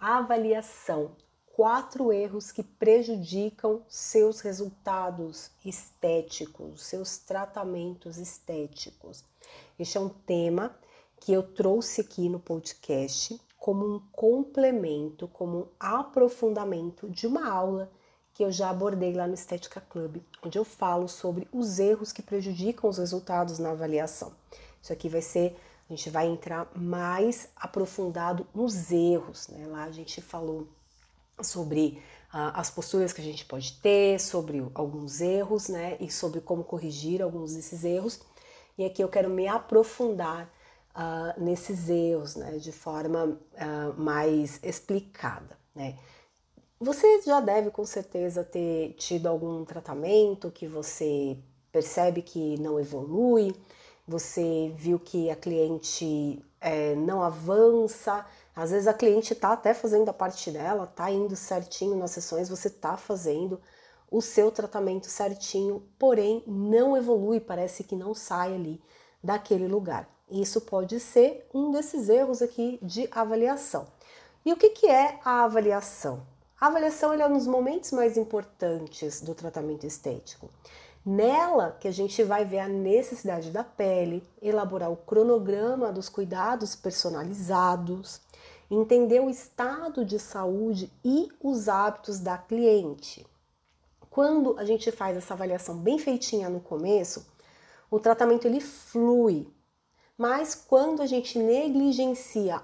avaliação. 4 erros que prejudicam seus resultados estéticos, seus tratamentos estéticos. Este é um tema que eu trouxe aqui no podcast como um complemento, como um aprofundamento de uma aula que eu já abordei lá no Estética Club, onde eu falo sobre os erros que prejudicam os resultados na avaliação. Isso aqui vai ser, a gente vai entrar mais aprofundado nos erros, né? Lá a gente falou sobre as posturas que a gente pode ter, sobre alguns erros, né? E sobre como corrigir alguns desses erros. E aqui eu quero me aprofundar nesses erros, né? De forma mais explicada, né? Você já deve com certeza ter tido algum tratamento que você percebe que não evolui, você viu que a cliente não avança, às vezes a cliente está até fazendo a parte dela, está indo certinho nas sessões, você está fazendo o seu tratamento certinho, porém não evolui, parece que não sai ali daquele lugar. Isso pode ser um desses erros aqui de avaliação. E o que é a avaliação? A avaliação é um dos momentos mais importantes do tratamento estético. Nela que a gente vai ver a necessidade da pele, elaborar o cronograma dos cuidados personalizados, entender o estado de saúde e os hábitos da cliente. Quando a gente faz essa avaliação bem feitinha no começo, o tratamento ele flui. Mas quando a gente negligencia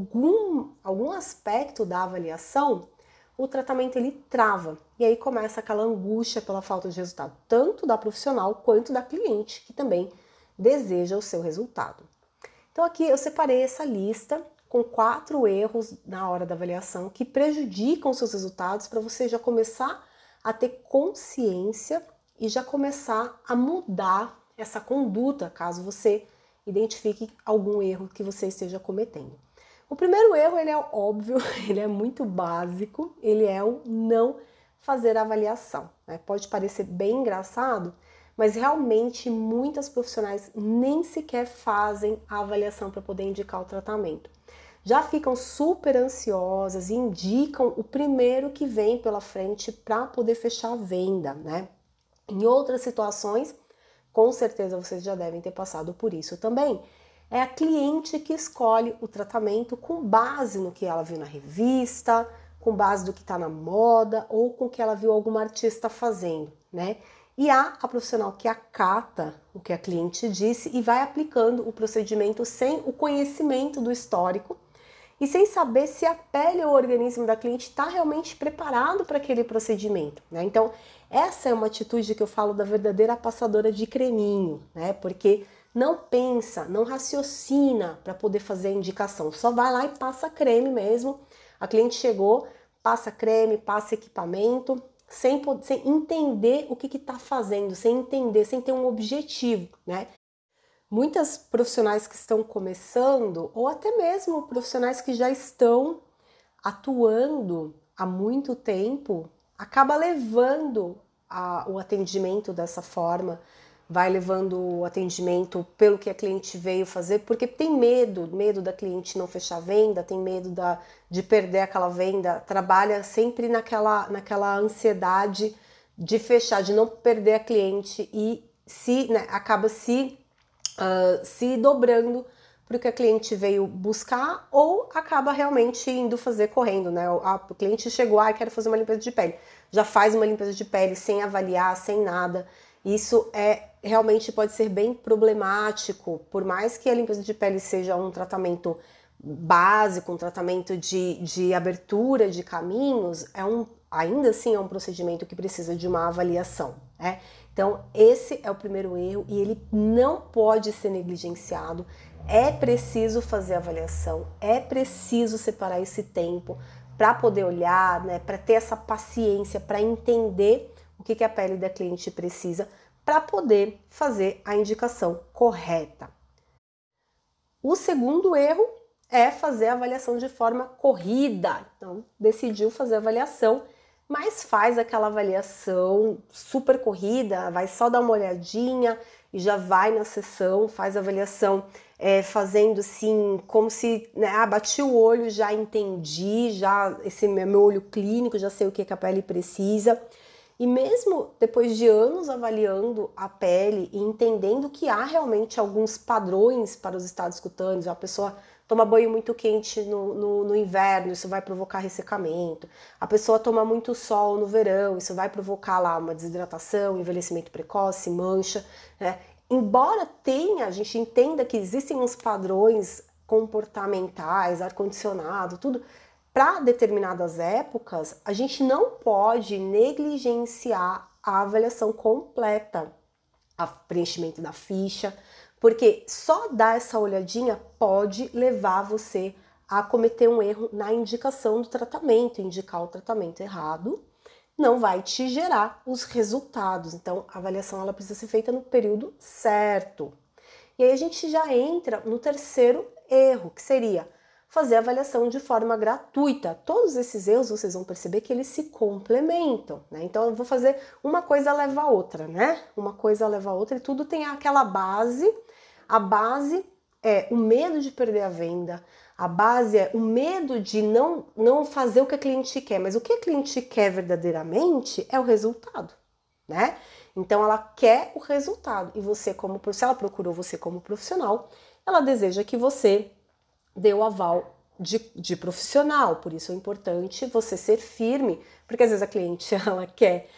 algum aspecto da avaliação, o tratamento ele trava. E aí começa aquela angústia pela falta de resultado, tanto da profissional quanto da cliente, que também deseja o seu resultado. Então aqui eu separei essa lista com 4 erros na hora da avaliação que prejudicam seus resultados para você já começar a ter consciência e já começar a mudar essa conduta, caso você identifique algum erro que você esteja cometendo. O primeiro erro, ele é óbvio, ele é muito básico, ele é o não fazer avaliação, né? Pode parecer bem engraçado, mas realmente muitas profissionais nem sequer fazem a avaliação para poder indicar o tratamento. Já ficam super ansiosas e indicam o primeiro que vem pela frente para poder fechar a venda, né? Em outras situações, com certeza vocês já devem ter passado por isso também. É a cliente que escolhe o tratamento com base no que ela viu na revista, com base do que está na moda ou com o que ela viu alguma artista fazendo, né? E há a profissional que acata o que a cliente disse e vai aplicando o procedimento sem o conhecimento do histórico e sem saber se a pele ou o organismo da cliente está realmente preparado para aquele procedimento, né? Então, essa é uma atitude que eu falo da verdadeira passadora de creminho, né? Porque não pensa, não raciocina para poder fazer a indicação, só vai lá e passa creme mesmo. A cliente chegou, passa creme, passa equipamento, sem entender o que está fazendo, sem entender, sem ter um objetivo, né? Muitas profissionais que estão começando, ou até mesmo profissionais que já estão atuando há muito tempo, acaba levando o atendimento dessa forma, vai levando o atendimento pelo que a cliente veio fazer, porque tem medo da cliente não fechar a venda, tem medo de perder aquela venda, trabalha sempre naquela ansiedade de fechar, de não perder a cliente e acaba se dobrando para o que a cliente veio buscar ou acaba realmente indo fazer correndo, né? A cliente chegou, quero fazer uma limpeza de pele. Já faz uma limpeza de pele sem avaliar, sem nada. Isso realmente pode ser bem problemático, por mais que a limpeza de pele seja um tratamento básico, um tratamento de abertura de caminhos, ainda assim é um procedimento que precisa de uma avaliação, né? Então, esse é o primeiro erro e ele não pode ser negligenciado. É preciso fazer avaliação, é preciso separar esse tempo para poder olhar, né, para ter essa paciência, para entender o que a pele da cliente precisa, para poder fazer a indicação correta. O segundo erro é fazer a avaliação de forma corrida. Então, decidiu fazer a avaliação, mas faz aquela avaliação super corrida, vai só dar uma olhadinha e já vai na sessão, faz a avaliação fazendo assim, como se, né, bati o olho, já entendi, já esse meu olho clínico, já sei o que a pele precisa. E mesmo depois de anos avaliando a pele e entendendo que há realmente alguns padrões para os estados cutâneos, a pessoa toma banho muito quente no inverno, isso vai provocar ressecamento. A pessoa toma muito sol no verão, isso vai provocar lá uma desidratação, envelhecimento precoce, mancha, né? Embora a gente entenda que existem uns padrões comportamentais, ar-condicionado, tudo, para determinadas épocas, a gente não pode negligenciar a avaliação completa, o preenchimento da ficha, porque só dar essa olhadinha pode levar você a cometer um erro na indicação do tratamento, indicar o tratamento errado, não vai te gerar os resultados. Então, a avaliação ela precisa ser feita no período certo. E aí a gente já entra no terceiro erro, que seria fazer a avaliação de forma gratuita. Todos esses erros vocês vão perceber que eles se complementam, né? Então eu vou fazer uma coisa leva a outra, né? Uma coisa leva a outra e tudo tem aquela base. A base é o medo de perder a venda, a base é o medo de não fazer o que a cliente quer, mas o que a cliente quer verdadeiramente é o resultado, né? Então ela quer o resultado e você, se ela procurou você como profissional, ela deseja que você dê o aval de profissional. Por isso é importante você ser firme, porque às vezes a cliente ela quer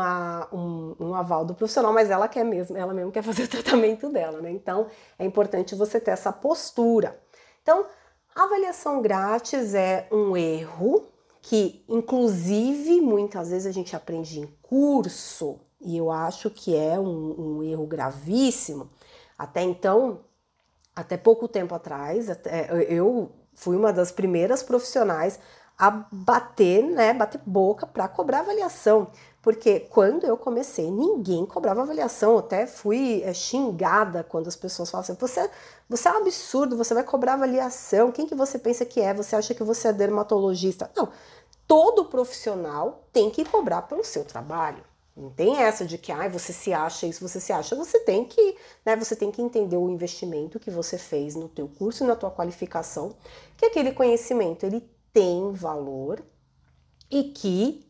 um aval do profissional, mas ela mesmo quer fazer o tratamento dela, né? Então é importante você ter essa postura. Então, a avaliação grátis é um erro que, inclusive, muitas vezes a gente aprende em curso, e eu acho que é um erro gravíssimo. Até então, até pouco tempo atrás, eu fui uma das primeiras profissionais a bater boca para cobrar avaliação. Porque quando eu comecei, ninguém cobrava avaliação. Eu até fui xingada quando as pessoas falavam assim, você é um absurdo, você vai cobrar avaliação, quem que você pensa que é? Você acha que você é dermatologista? Não, todo profissional tem que cobrar pelo seu trabalho. Não tem essa de que você se acha isso, você se acha. Você tem que, você tem que entender o investimento que você fez no teu curso e na tua qualificação, que aquele conhecimento ele tem valor e que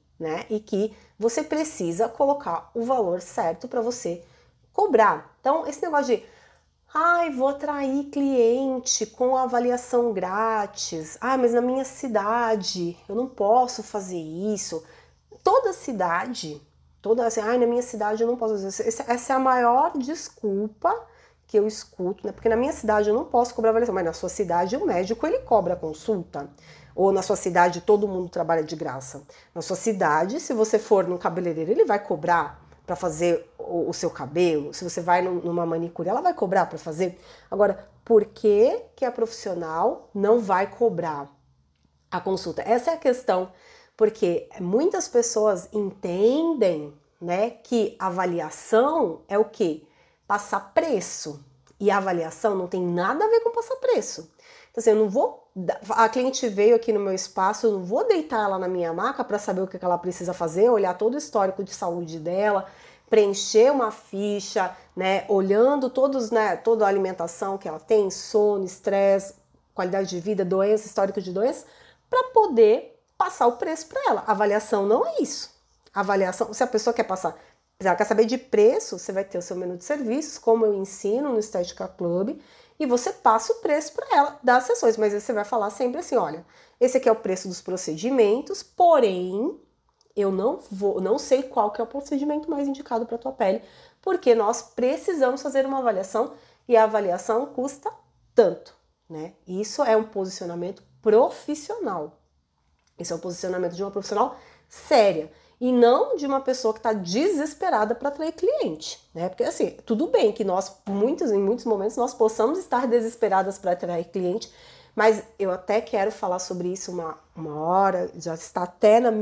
você precisa colocar o valor certo para você cobrar. Então, esse negócio de vou atrair cliente com avaliação grátis. Mas na minha cidade eu não posso fazer isso. Toda cidade, na minha cidade eu não posso fazer isso. Essa é a maior desculpa que eu escuto, né? Porque na minha cidade eu não posso cobrar avaliação, mas na sua cidade o médico ele cobra a consulta. Ou na sua cidade todo mundo trabalha de graça. Na sua cidade, se você for num cabeleireiro, ele vai cobrar para fazer o seu cabelo. Se você vai numa manicure, ela vai cobrar para fazer. Agora, por que a profissional não vai cobrar a consulta? Essa é a questão, porque muitas pessoas entendem, né, que avaliação é o quê? Passar preço. E a avaliação não tem nada a ver com passar preço. Então, assim, eu não vou. A cliente veio aqui no meu espaço, eu não vou deitar ela na minha maca para saber o que ela precisa fazer, olhar todo o histórico de saúde dela, preencher uma ficha, né, olhando toda a alimentação que ela tem, sono, estresse, qualidade de vida, doença, histórico de doença, para poder passar o preço para ela. A avaliação não é isso. A avaliação, se a pessoa quer passar, se ela quer saber de preço, você vai ter o seu menu de serviços, como eu ensino no Estética Club, e você passa o preço para ela das sessões, mas aí você vai falar sempre assim, olha, esse aqui é o preço dos procedimentos, porém, eu não sei qual que é o procedimento mais indicado para a tua pele, porque nós precisamos fazer uma avaliação e a avaliação custa tanto, né? Isso é um posicionamento profissional. Esse é o posicionamento de uma profissional séria. E não de uma pessoa que está desesperada para atrair cliente, né? Porque assim, tudo bem que nós, em muitos momentos, nós possamos estar desesperadas para atrair cliente, mas eu até quero falar sobre isso uma hora, já está até na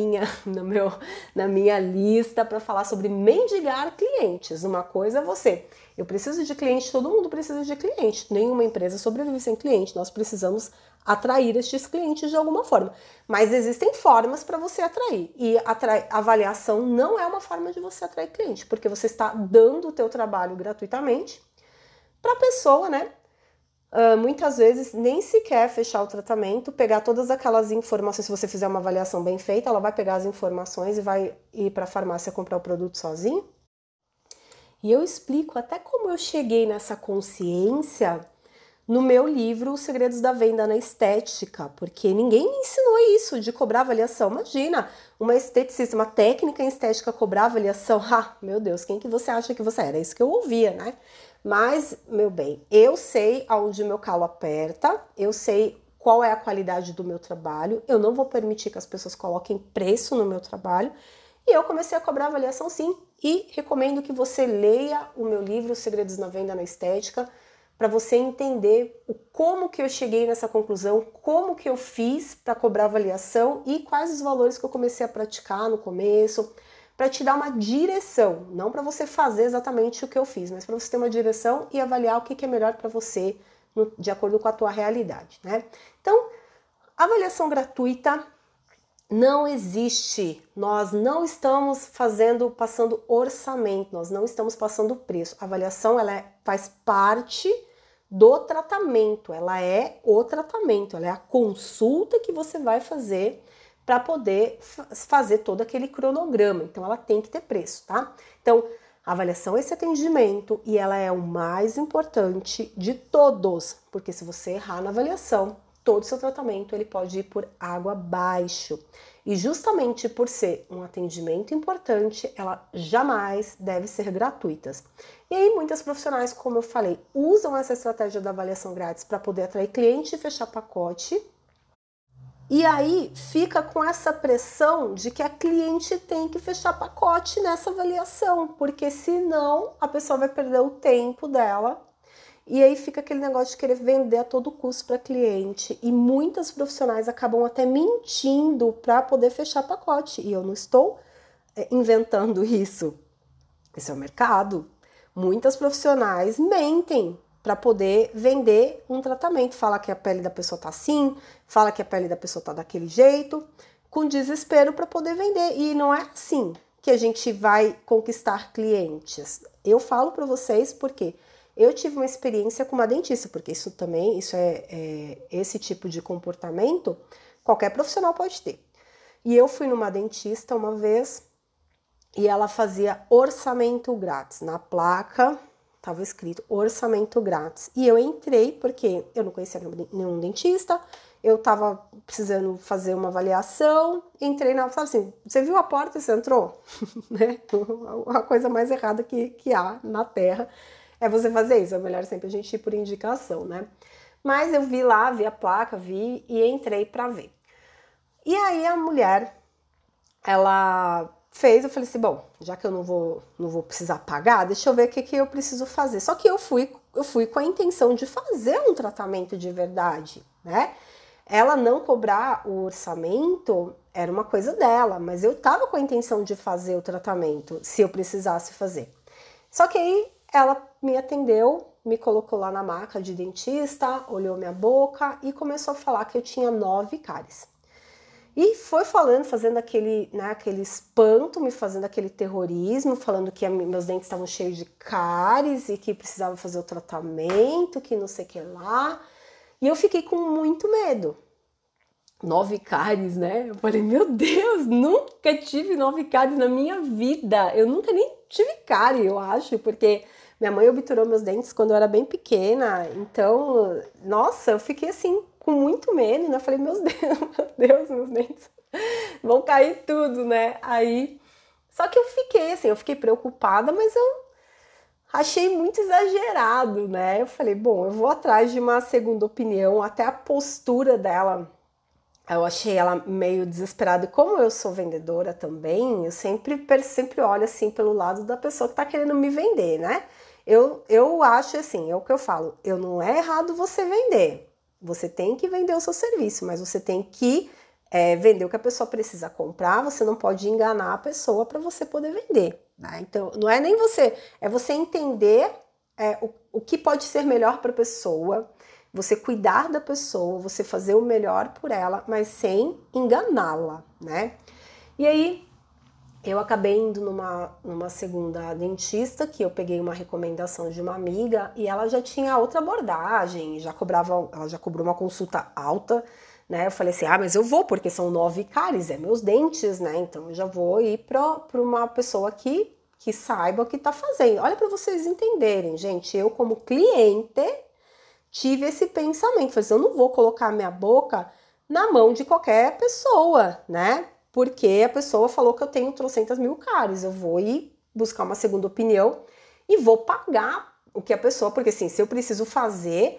minha lista para falar sobre mendigar clientes. Uma coisa é eu preciso de cliente, todo mundo precisa de cliente, nenhuma empresa sobrevive sem cliente, nós precisamos atrair estes clientes de alguma forma. Mas existem formas para você atrair. E avaliação não é uma forma de você atrair cliente, porque você está dando o teu trabalho gratuitamente para a pessoa, né, muitas vezes nem sequer fechar o tratamento, pegar todas aquelas informações. Se você fizer uma avaliação bem feita, ela vai pegar as informações e vai ir para a farmácia comprar o produto sozinho. E eu explico até como eu cheguei nessa consciência no meu livro Os Segredos da Venda na Estética, porque ninguém me ensinou isso de cobrar avaliação. Imagina, uma esteticista, uma técnica em estética cobrar avaliação. Ah, meu Deus, quem que você acha que você era? É isso que eu ouvia, né? Mas, meu bem, eu sei aonde o meu calo aperta, eu sei qual é a qualidade do meu trabalho, eu não vou permitir que as pessoas coloquem preço no meu trabalho, e eu comecei a cobrar avaliação sim, e recomendo que você leia o meu livro Os Segredos da Venda na Estética, para você entender como que eu cheguei nessa conclusão, como que eu fiz para cobrar avaliação e quais os valores que eu comecei a praticar no começo, para te dar uma direção, não para você fazer exatamente o que eu fiz, mas para você ter uma direção e avaliar o que é melhor para você de acordo com a tua realidade, né? Então, avaliação gratuita não existe. Nós não estamos passando orçamento, nós não estamos passando preço. A avaliação faz parte do tratamento, ela é o tratamento, ela é a consulta que você vai fazer para poder fazer todo aquele cronograma. Então ela tem que ter preço, tá? Então, a avaliação é esse atendimento e ela é o mais importante de todos, porque se você errar na avaliação, todo o seu tratamento ele pode ir por água abaixo. E justamente por ser um atendimento importante, ela jamais deve ser gratuita. E aí muitas profissionais, como eu falei, usam essa estratégia da avaliação grátis para poder atrair cliente e fechar pacote. E aí fica com essa pressão de que a cliente tem que fechar pacote nessa avaliação, porque senão a pessoa vai perder o tempo dela. E aí fica aquele negócio de querer vender a todo custo para cliente. E muitas profissionais acabam até mentindo para poder fechar pacote. E eu não estou inventando isso. Esse é o mercado. Muitas profissionais mentem para poder vender um tratamento. Fala que a pele da pessoa tá assim, fala que a pele da pessoa tá daquele jeito, com desespero para poder vender. E não é assim que a gente vai conquistar clientes. Eu falo para vocês porque eu tive uma experiência com uma dentista, porque isso é esse tipo de comportamento, qualquer profissional pode ter. E eu fui numa dentista uma vez e ela fazia orçamento grátis. Na placa estava escrito orçamento grátis. E eu entrei porque eu não conhecia nenhum dentista, eu estava precisando fazer uma avaliação, entrei na... Sabe assim, você viu a porta e você entrou? Né? A coisa mais errada que há na Terra é você fazer isso. É melhor sempre a gente ir por indicação, né? Mas eu vi lá, vi a placa, vi e entrei para ver. E aí a mulher, ela fez, eu falei assim, bom, já que eu não vou precisar pagar, deixa eu ver o que eu preciso fazer. Só que eu fui com a intenção de fazer um tratamento de verdade, né? Ela não cobrar o orçamento era uma coisa dela, mas eu tava com a intenção de fazer o tratamento, se eu precisasse fazer. Só que aí ela me atendeu, me colocou lá na maca de dentista, olhou minha boca e começou a falar que eu tinha 9 cáries. E foi falando, fazendo aquele espanto, me fazendo aquele terrorismo, falando que meus dentes estavam cheios de cáries e que precisava fazer o tratamento, que não sei o que lá. E eu fiquei com muito medo. 9 cáries, né? Eu falei, meu Deus, nunca tive 9 cáries na minha vida. Eu nunca nem tive cárie, eu acho, porque minha mãe obturou meus dentes quando eu era bem pequena. Então, nossa, eu fiquei assim, com muito medo, né? Eu falei, meu Deus, meus dentes vão cair tudo, né? Aí, só que eu fiquei preocupada, mas eu achei muito exagerado, né? Eu falei, bom, eu vou atrás de uma segunda opinião, até a postura dela, eu achei ela meio desesperada. E como eu sou vendedora também, eu sempre olho assim pelo lado da pessoa que tá querendo me vender, né? Eu acho assim, é o que eu falo, não é errado você vender. Você tem que vender o seu serviço, mas você tem que vender o que a pessoa precisa comprar, você não pode enganar a pessoa para você poder vender, né? Então, não é nem você, é você entender o que pode ser melhor para a pessoa, você cuidar da pessoa, você fazer o melhor por ela, mas sem enganá-la, né? E aí, eu acabei indo numa segunda dentista, que eu peguei uma recomendação de uma amiga, e ela já tinha outra abordagem, ela já cobrou uma consulta alta, né? Eu falei assim, ah, mas eu vou, porque são 9 cáries, é meus dentes, né? Então eu já vou ir para uma pessoa que saiba o que tá fazendo. Olha para vocês entenderem, gente, eu como cliente tive esse pensamento, falei assim, eu não vou colocar minha boca na mão de qualquer pessoa, né? Porque a pessoa falou que eu tenho trocentas mil cáries, eu vou ir buscar uma segunda opinião e vou pagar o que a pessoa, porque assim, se eu preciso fazer,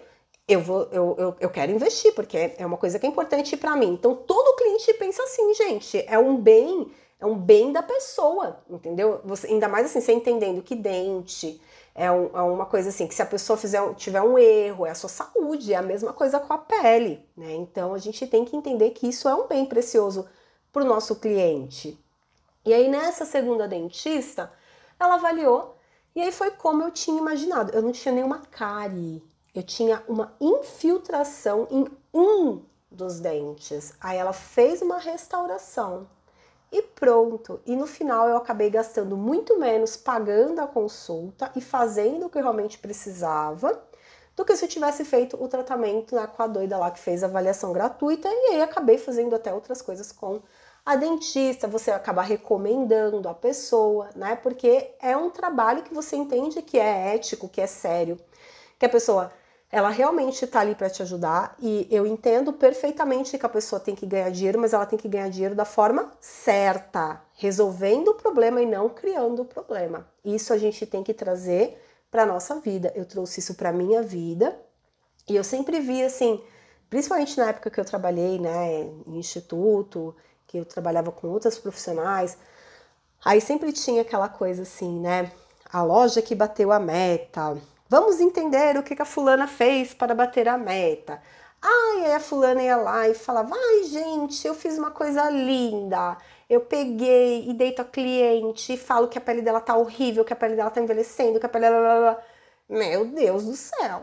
eu quero investir, porque é uma coisa que é importante para mim. Então todo cliente pensa assim, gente, é um bem da pessoa, entendeu? Você, ainda mais assim, você entendendo que dente é uma coisa assim, que se a pessoa tiver um erro, é a sua saúde, é a mesma coisa com a pele, né? Então a gente tem que entender que isso é um bem precioso para o nosso cliente. E aí nessa segunda dentista, ela avaliou e aí foi como eu tinha imaginado. Eu não tinha nenhuma cárie, eu tinha uma infiltração em um dos dentes. Aí ela fez uma restauração e pronto. E no final eu acabei gastando muito menos pagando a consulta e fazendo o que eu realmente precisava do que se eu tivesse feito o tratamento, né, com a doida lá que fez a avaliação gratuita, e aí acabei fazendo até outras coisas com a dentista. Você acaba recomendando a pessoa, né? Porque é um trabalho que você entende que é ético, que é sério, que a pessoa ela realmente está ali para te ajudar, e eu entendo perfeitamente que a pessoa tem que ganhar dinheiro, mas ela tem que ganhar dinheiro da forma certa, resolvendo o problema e não criando o problema. Isso a gente tem que trazer para nossa vida. Eu trouxe isso para minha vida e eu sempre vi assim, principalmente na época que eu trabalhei, né, em instituto, que eu trabalhava com outras profissionais, aí sempre tinha aquela coisa assim, né? A loja que bateu a meta. Vamos entender o que a fulana fez para bater a meta. Ai, aí a fulana ia lá e falava, ai gente, eu fiz uma coisa linda. Eu peguei e deito a cliente e falo que a pele dela tá horrível, que a pele dela tá envelhecendo, que a pele dela... Meu Deus do céu.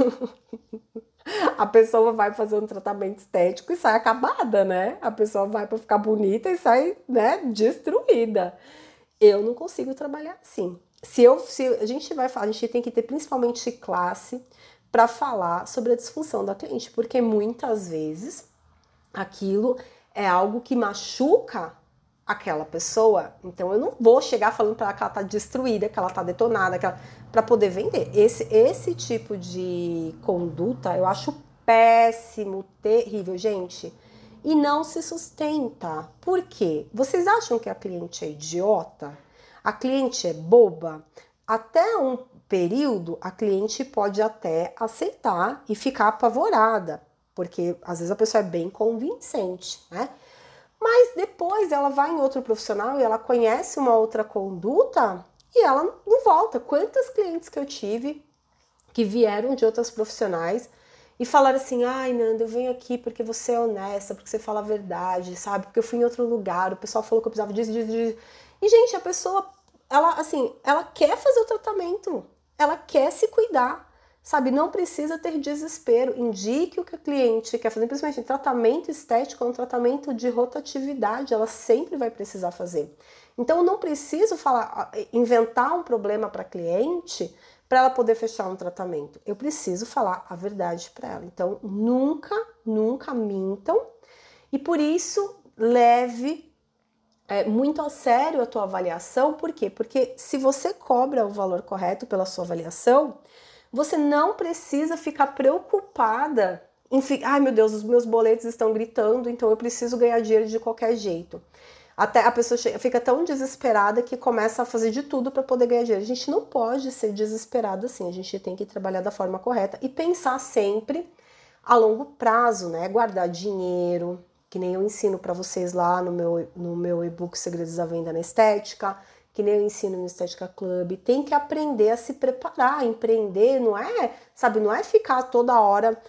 A pessoa vai fazer um tratamento estético e sai acabada, né? A pessoa vai para ficar bonita e sai, né, destruída. Eu não consigo trabalhar assim. Se a gente vai falar, a gente tem que ter principalmente classe para falar sobre a disfunção da cliente, porque muitas vezes aquilo é algo que machuca aquela pessoa. Então eu não vou chegar falando para ela que ela tá destruída, que ela tá detonada, para poder vender. Esse tipo de conduta eu acho péssimo, terrível, gente. E não se sustenta. Por quê? Vocês acham que a cliente é idiota? A cliente é boba? Até um período, a cliente pode até aceitar e ficar apavorada, porque às vezes a pessoa é bem convincente, né? Mas depois ela vai em outro profissional e ela conhece uma outra conduta e ela não volta. Quantas clientes que eu tive que vieram de outras profissionais e falaram assim, ai Nanda, eu venho aqui porque você é honesta, porque você fala a verdade, sabe? Porque eu fui em outro lugar, o pessoal falou que eu precisava disso. E, gente, a pessoa, ela, assim, ela quer fazer o tratamento, ela quer se cuidar, sabe? Não precisa ter desespero. Indique o que a cliente quer fazer, principalmente tratamento estético, é um tratamento de rotatividade, ela sempre vai precisar fazer. Então, eu não preciso inventar um problema para a cliente para ela poder fechar um tratamento. Eu preciso falar a verdade para ela. Então, nunca mintam. E por isso, leve muito a sério a tua avaliação. Por quê? Porque se você cobra o valor correto pela sua avaliação, você não precisa ficar preocupada em ai meu Deus, os meus boletos estão gritando, então eu preciso ganhar dinheiro de qualquer jeito. Até a pessoa fica tão desesperada que começa a fazer de tudo para poder ganhar dinheiro. A gente não pode ser desesperado assim, a gente tem que trabalhar da forma correta e pensar sempre a longo prazo, né? Guardar dinheiro, que nem eu ensino para vocês lá no meu e-book Segredos da Venda na Estética, que nem eu ensino no Estética Club. Tem que aprender a se preparar, empreender, não é, sabe, não é ficar toda hora...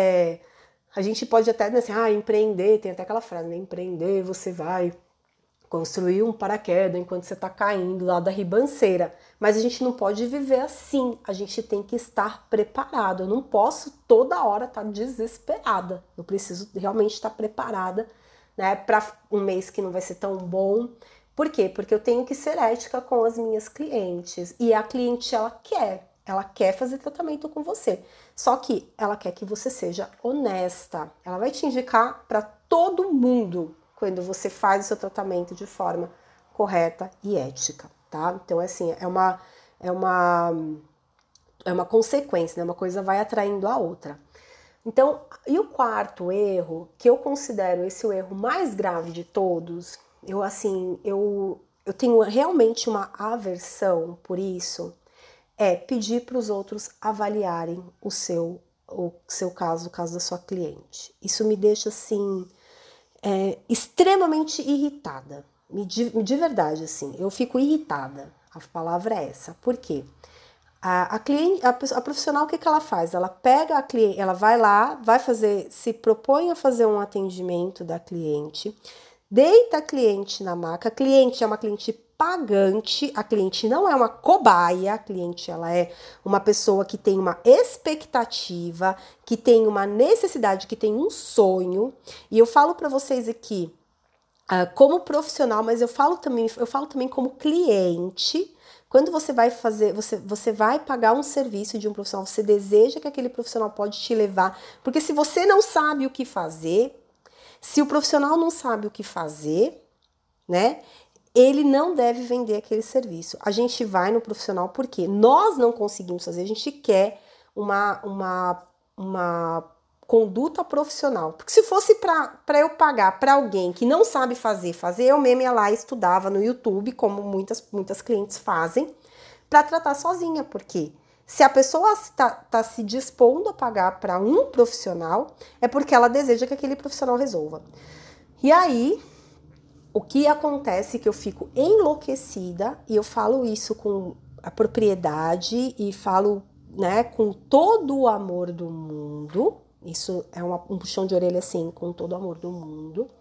a gente pode até dizer assim, empreender, tem até aquela frase, né? Empreender, você vai construir um paraquedas enquanto você está caindo lá da ribanceira. Mas a gente não pode viver assim. A gente tem que estar preparado. Eu não posso toda hora estar desesperada. Eu preciso realmente estar preparada, né, para um mês que não vai ser tão bom, Por quê? Porque eu tenho que ser ética com as minhas clientes. E a cliente, ela quer fazer tratamento com você. Só que ela quer que você seja honesta. Ela vai te indicar para todo mundo quando você faz o seu tratamento de forma correta e ética, tá? Então, assim, é uma consequência, né? Uma coisa vai atraindo a outra. Então, e o quarto erro, que eu considero esse o erro mais grave de todos, eu tenho realmente uma aversão por isso, é pedir para os outros avaliarem o seu caso, o caso da sua cliente. Isso me deixa, assim, extremamente irritada. De verdade, assim, eu fico irritada. A palavra é essa. Por quê? A cliente, a profissional, o que ela faz? Ela pega a cliente, ela vai lá, se propõe a fazer um atendimento da cliente, deita a cliente na maca. A cliente é uma cliente pagante, a cliente não é uma cobaia, a cliente ela é uma pessoa que tem uma expectativa, que tem uma necessidade, que tem um sonho. E eu falo para vocês aqui, como profissional, mas eu falo também como cliente. Quando você vai fazer, você vai pagar um serviço de um profissional, você deseja que aquele profissional pode te levar, porque se você não sabe o que fazer, se o profissional não sabe o que fazer, né, ele não deve vender aquele serviço. A gente vai no profissional porque nós não conseguimos fazer, a gente quer uma conduta profissional. Porque se fosse para eu pagar para alguém que não sabe fazer, eu mesma ia lá e estudava no YouTube, como muitas clientes fazem, para tratar sozinha. Porque se a pessoa tá se dispondo a pagar para um profissional, é porque ela deseja que aquele profissional resolva. E aí, o que acontece é que eu fico enlouquecida, e eu falo isso com a propriedade e falo, né, com todo o amor do mundo. Isso é um puxão de orelha, assim, com todo o amor do mundo.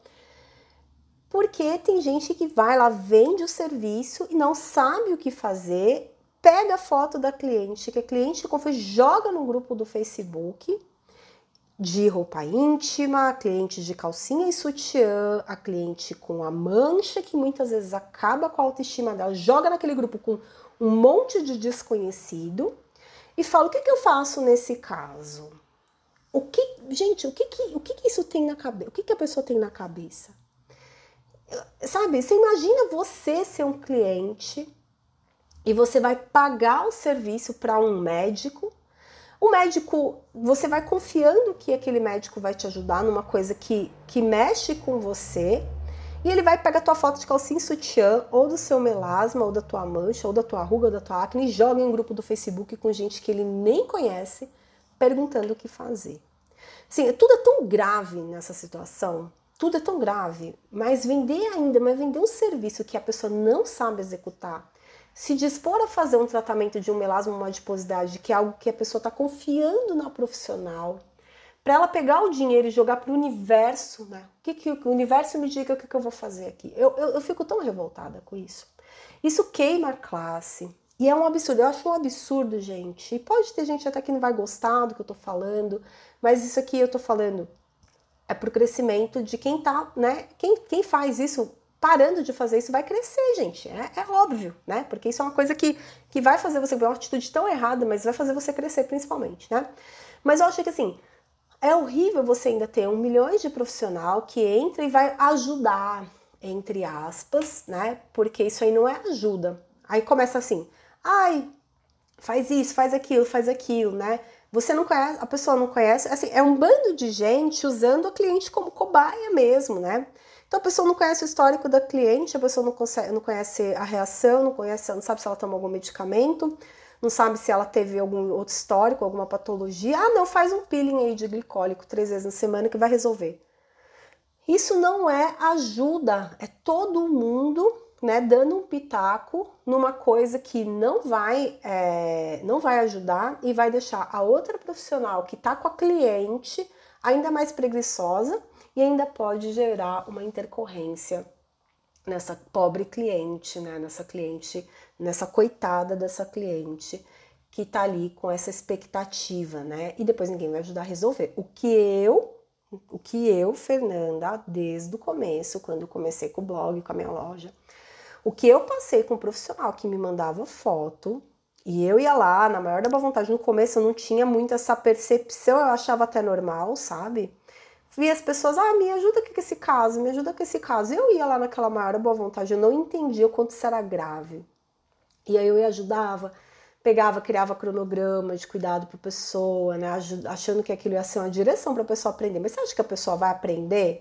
Porque tem gente que vai lá, vende o serviço e não sabe o que fazer, pega a foto da cliente, que a cliente joga no grupo do Facebook, de roupa íntima, a cliente de calcinha e sutiã, a cliente com a mancha que muitas vezes acaba com a autoestima dela, joga naquele grupo com um monte de desconhecido e fala: o que eu faço nesse caso? Gente, o que isso tem na cabeça? O que a pessoa tem na cabeça? Sabe, você imagina você ser um cliente e você vai pagar o serviço para um médico. O médico, você vai confiando que aquele médico vai te ajudar numa coisa que mexe com você, e ele vai pegar tua foto de calcinha e sutiã, ou do seu melasma, ou da tua mancha, ou da tua ruga, ou da tua acne, e joga em um grupo do Facebook com gente que ele nem conhece, perguntando o que fazer. Sim, tudo é tão grave nessa situação, tudo é tão grave, mas vender um serviço que a pessoa não sabe executar, se dispor a fazer um tratamento de um melasma, uma adiposidade, que é algo que a pessoa está confiando na profissional, para ela pegar o dinheiro e jogar para o universo, né? Que o universo me diga o que eu vou fazer aqui. Eu fico tão revoltada com isso. Isso queima a classe. E é um absurdo, eu acho um absurdo, gente. E pode ter gente até que não vai gostar do que eu tô falando, mas isso aqui eu tô falando é pro crescimento de quem tá, né? Quem faz isso, parando de fazer isso, vai crescer, gente. É óbvio, né? Porque isso é uma coisa que vai fazer você, uma atitude tão errada, mas vai fazer você crescer principalmente, né? Mas eu acho que assim, é horrível você ainda ter 1 milhão de profissional que entra e vai ajudar, entre aspas, né? Porque isso aí não é ajuda. Aí começa assim, ai, faz isso, faz aquilo, né? Você não conhece, a pessoa não conhece, assim, é um bando de gente usando o cliente como cobaia mesmo, né? Então a pessoa não conhece o histórico da cliente, a pessoa não conhece a reação, não sabe se ela tomou algum medicamento, não sabe se ela teve algum outro histórico, alguma patologia. Ah, não, faz um peeling aí de glicólico 3 vezes na semana que vai resolver. Isso não é ajuda, é todo mundo, né, dando um pitaco numa coisa que não vai ajudar e vai deixar a outra profissional que está com a cliente ainda mais preguiçosa e ainda pode gerar uma intercorrência nessa pobre cliente, né, nessa coitada dessa cliente que tá ali com essa expectativa, né? E depois ninguém vai ajudar a resolver. O que eu, Fernanda, desde o começo, quando comecei com o blog, com a minha loja, O que eu passei com um profissional que me mandava foto, e eu ia lá, na maior da boa vontade, no começo eu não tinha muito essa percepção, eu achava até normal, sabe? Vi as pessoas, me ajuda aqui com esse caso, me ajuda com esse caso. Eu ia lá naquela maior da boa vontade, eu não entendia o quanto isso era grave. E aí eu ajudava, pegava, criava cronograma de cuidado para a pessoa, né? Achando que aquilo ia ser uma direção para a pessoa aprender. Mas você acha que a pessoa vai aprender?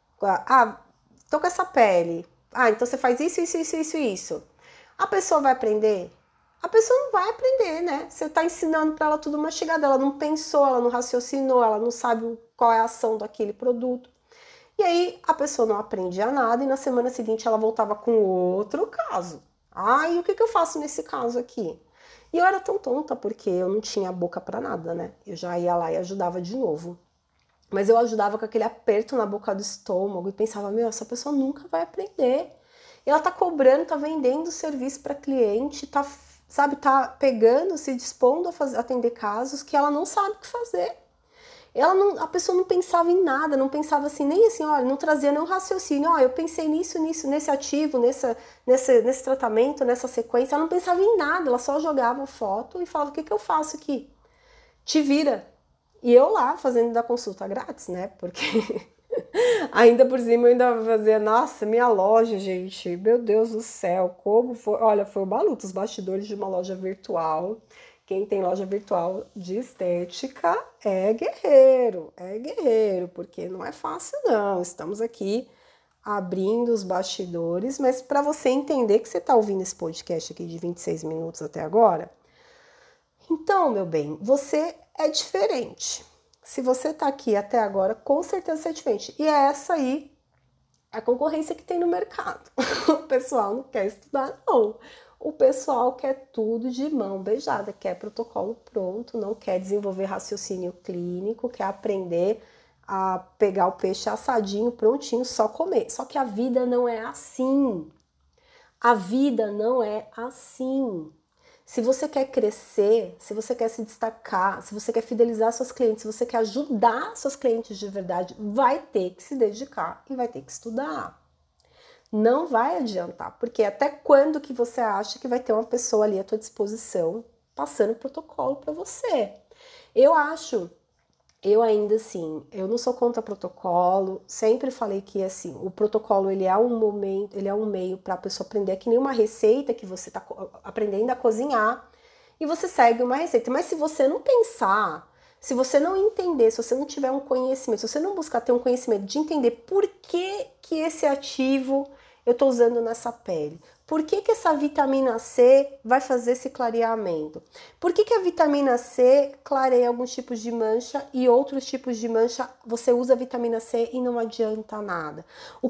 Tô com essa pele. Então você faz isso. A pessoa vai aprender? A pessoa não vai aprender, né? Você tá ensinando para ela tudo mastigado, ela não pensou, ela não raciocinou, ela não sabe qual é a ação daquele produto. E aí a pessoa não aprendia nada e na semana seguinte ela voltava com outro caso. E o que eu faço nesse caso aqui? E eu era tão tonta porque eu não tinha boca para nada, né? Eu já ia lá e ajudava de novo. Mas eu ajudava com aquele aperto na boca do estômago e pensava, essa pessoa nunca vai aprender. E ela tá cobrando, tá vendendo serviço para cliente, tá pegando, se dispondo a atender casos que ela não sabe o que fazer. A pessoa não pensava em nada, não pensava assim, nem assim, olha, não trazia nenhum raciocínio, eu pensei nisso, nesse ativo, nesse tratamento, nessa sequência, ela não pensava em nada, ela só jogava foto e falava, o que eu faço aqui? Te vira. E eu lá fazendo da consulta grátis, né? Porque ainda por cima eu ainda fazia, nossa, minha loja, gente, meu Deus do céu, como foi? Olha, foi o baluto, os bastidores de uma loja virtual. Quem tem loja virtual de estética é guerreiro, porque não é fácil não. Estamos aqui abrindo os bastidores, mas para você entender que você está ouvindo esse podcast aqui de 26 minutos até agora, então, meu bem, você é diferente. Se você tá aqui até agora, com certeza você é diferente. E é essa aí a concorrência que tem no mercado. O pessoal não quer estudar, não. O pessoal quer tudo de mão beijada, quer protocolo pronto, não quer desenvolver raciocínio clínico, quer aprender a pegar o peixe assadinho, prontinho, só comer. Só que a vida não é assim. A vida não é assim. Se você quer crescer, se você quer se destacar, se você quer fidelizar seus clientes, se você quer ajudar seus clientes de verdade, vai ter que se dedicar e vai ter que estudar. Não vai adiantar, porque até quando que você acha que vai ter uma pessoa ali à tua disposição passando protocolo para você? Eu ainda assim, eu não sou contra protocolo, sempre falei que assim, o protocolo ele é um momento, ele é um meio para a pessoa aprender, que nem uma receita que você está aprendendo a cozinhar e você segue uma receita. Mas se você não pensar, se você não entender, se você não tiver um conhecimento, se você não buscar ter um conhecimento de entender por que esse ativo eu estou usando nessa pele, por que essa vitamina C vai fazer esse clareamento? Por que a vitamina C clareia alguns tipos de mancha e outros tipos de mancha você usa a vitamina C e não adianta nada? O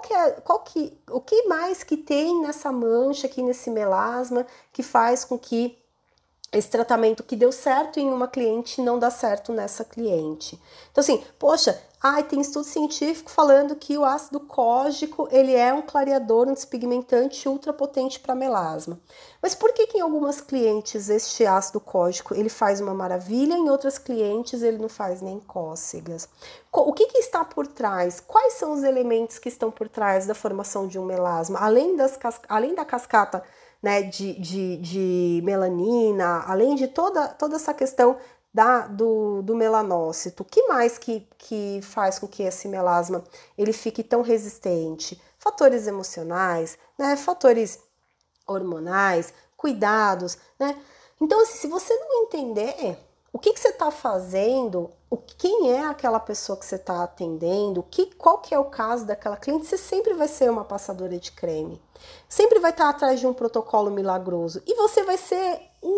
que mais que tem nessa mancha aqui nesse melasma que faz com que esse tratamento que deu certo em uma cliente não dá certo nessa cliente? Então assim, poxa, tem estudo científico falando que o ácido cógico ele é um clareador, um despigmentante ultra potente para melasma. Mas por que em algumas clientes este ácido cógico ele faz uma maravilha, em outras clientes ele não faz nem cócegas? O que está por trás? Quais são os elementos que estão por trás da formação de um melasma? Além da cascata, né, de melanina, além de toda essa questão do melanócito, o que mais que faz com que esse melasma ele fique tão resistente? Fatores emocionais, né, fatores hormonais, cuidados, né? Então, assim, se você não entender o que você está fazendo, quem é aquela pessoa que você está atendendo, qual que é o caso daquela cliente, você sempre vai ser uma passadora de creme. Sempre vai estar atrás de um protocolo milagroso. E você vai ser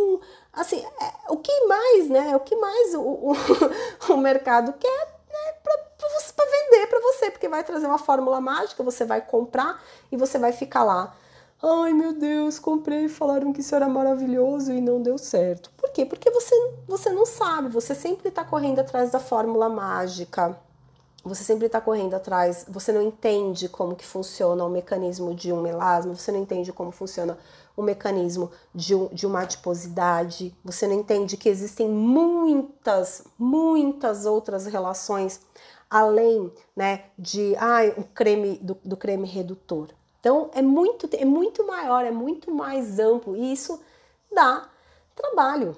o que mais, né? O que mais o mercado quer, né? Para vender para você, porque vai trazer uma fórmula mágica, você vai comprar e você vai ficar lá. Ai, meu Deus, comprei, falaram que isso era maravilhoso e não deu certo. Por quê? Porque você não sabe, você sempre está correndo atrás da fórmula mágica. Você sempre está correndo atrás, você não entende como que funciona o mecanismo de um melasma, você não entende como funciona o mecanismo de uma adiposidade, você não entende que existem muitas outras relações além, né, de do creme redutor. Então é muito maior, é muito mais amplo e isso dá trabalho,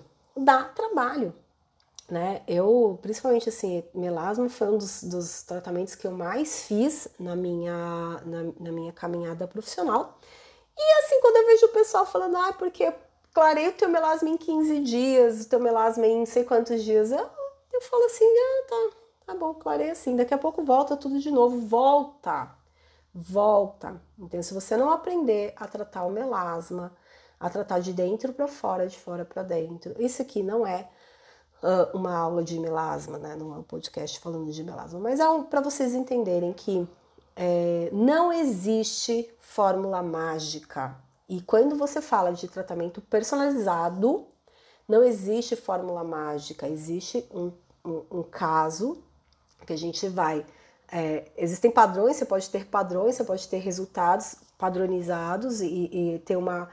né? Eu, principalmente assim, melasma foi um dos tratamentos que eu mais fiz na minha caminhada profissional. E assim, quando eu vejo o pessoal falando, porque clarei o teu melasma em 15 dias, o teu melasma em não sei quantos dias, eu falo assim, tá bom, clarei assim, daqui a pouco volta tudo de novo, volta. Então, se você não aprender a tratar o melasma, a tratar de dentro para fora, de fora para dentro, isso aqui não é uma aula de melasma, né? Não é um podcast falando de melasma, mas é para vocês entenderem que não existe fórmula mágica. E quando você fala de tratamento personalizado, não existe fórmula mágica, existe um caso que a gente vai... existem padrões, você pode ter resultados padronizados e ter uma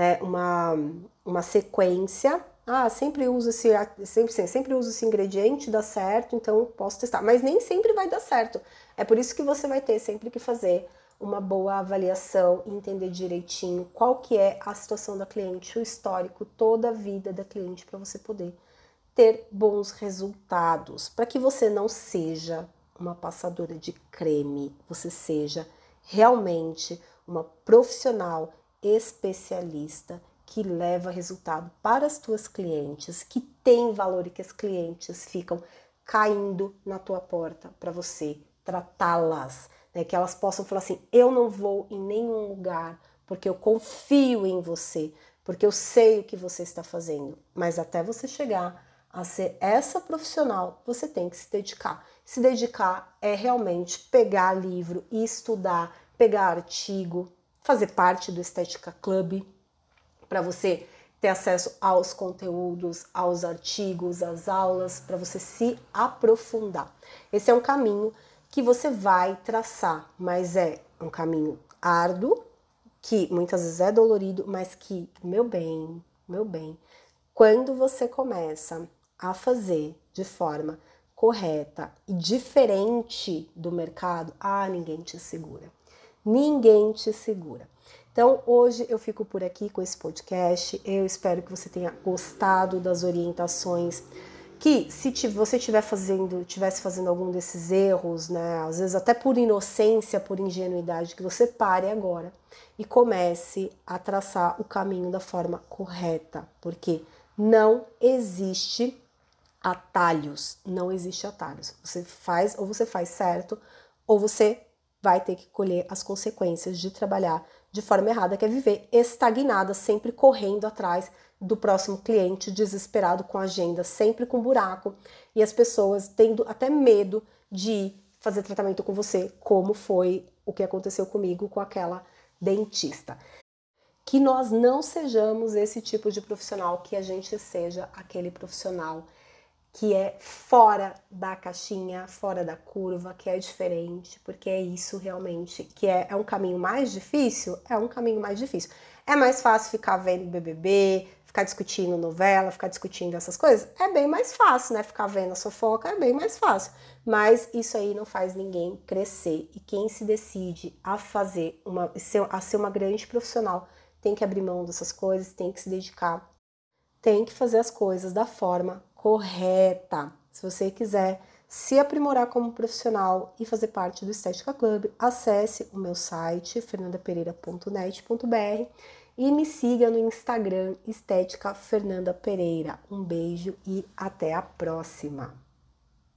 sequência. Sempre uso esse ingrediente, dá certo, então posso testar. Mas nem sempre vai dar certo. É por isso que você vai ter sempre que fazer uma boa avaliação e entender direitinho qual que é a situação da cliente, o histórico, toda a vida da cliente, para você poder ter bons resultados, para que você não seja uma passadora de creme, você seja realmente uma profissional especialista que leva resultado para as tuas clientes, que tem valor e que as clientes ficam caindo na tua porta para você tratá-las, né? Que elas possam falar assim, eu não vou em nenhum lugar porque eu confio em você, porque eu sei o que você está fazendo, mas até você chegar a ser essa profissional, você tem que se dedicar. Se dedicar é realmente pegar livro e estudar, pegar artigo, fazer parte do Estética Club, para você ter acesso aos conteúdos, aos artigos, às aulas, para você se aprofundar. Esse é um caminho que você vai traçar, mas é um caminho árduo, que muitas vezes é dolorido, mas que, meu bem, quando você começa a fazer de forma correta e diferente do mercado, ninguém te segura. Ninguém te segura. Então, hoje eu fico por aqui com esse podcast. Eu espero que você tenha gostado das orientações. Que se você estivesse fazendo algum desses erros, né, às vezes até por inocência, por ingenuidade, que você pare agora e comece a traçar o caminho da forma correta, porque não existe atalhos, não existe atalhos. Você faz certo, ou você vai ter que colher as consequências de trabalhar de forma errada, que é viver estagnada, sempre correndo atrás do próximo cliente, desesperado com a agenda, sempre com buraco, e as pessoas tendo até medo de fazer tratamento com você, como foi o que aconteceu comigo com aquela dentista. Que nós não sejamos esse tipo de profissional, que a gente seja aquele profissional que é fora da caixinha, fora da curva, que é diferente, porque é isso realmente, que é um caminho mais difícil? É um caminho mais difícil. É mais fácil ficar vendo BBB, ficar discutindo novela, ficar discutindo essas coisas? É bem mais fácil, né? Ficar vendo a fofoca é bem mais fácil. Mas isso aí não faz ninguém crescer. E quem se decide a ser uma grande profissional tem que abrir mão dessas coisas, tem que se dedicar, tem que fazer as coisas da forma correta. Se você quiser se aprimorar como profissional e fazer parte do Estética Club, acesse o meu site fernandapereira.net.br e me siga no Instagram Estética Fernanda Pereira. Um beijo e até a próxima!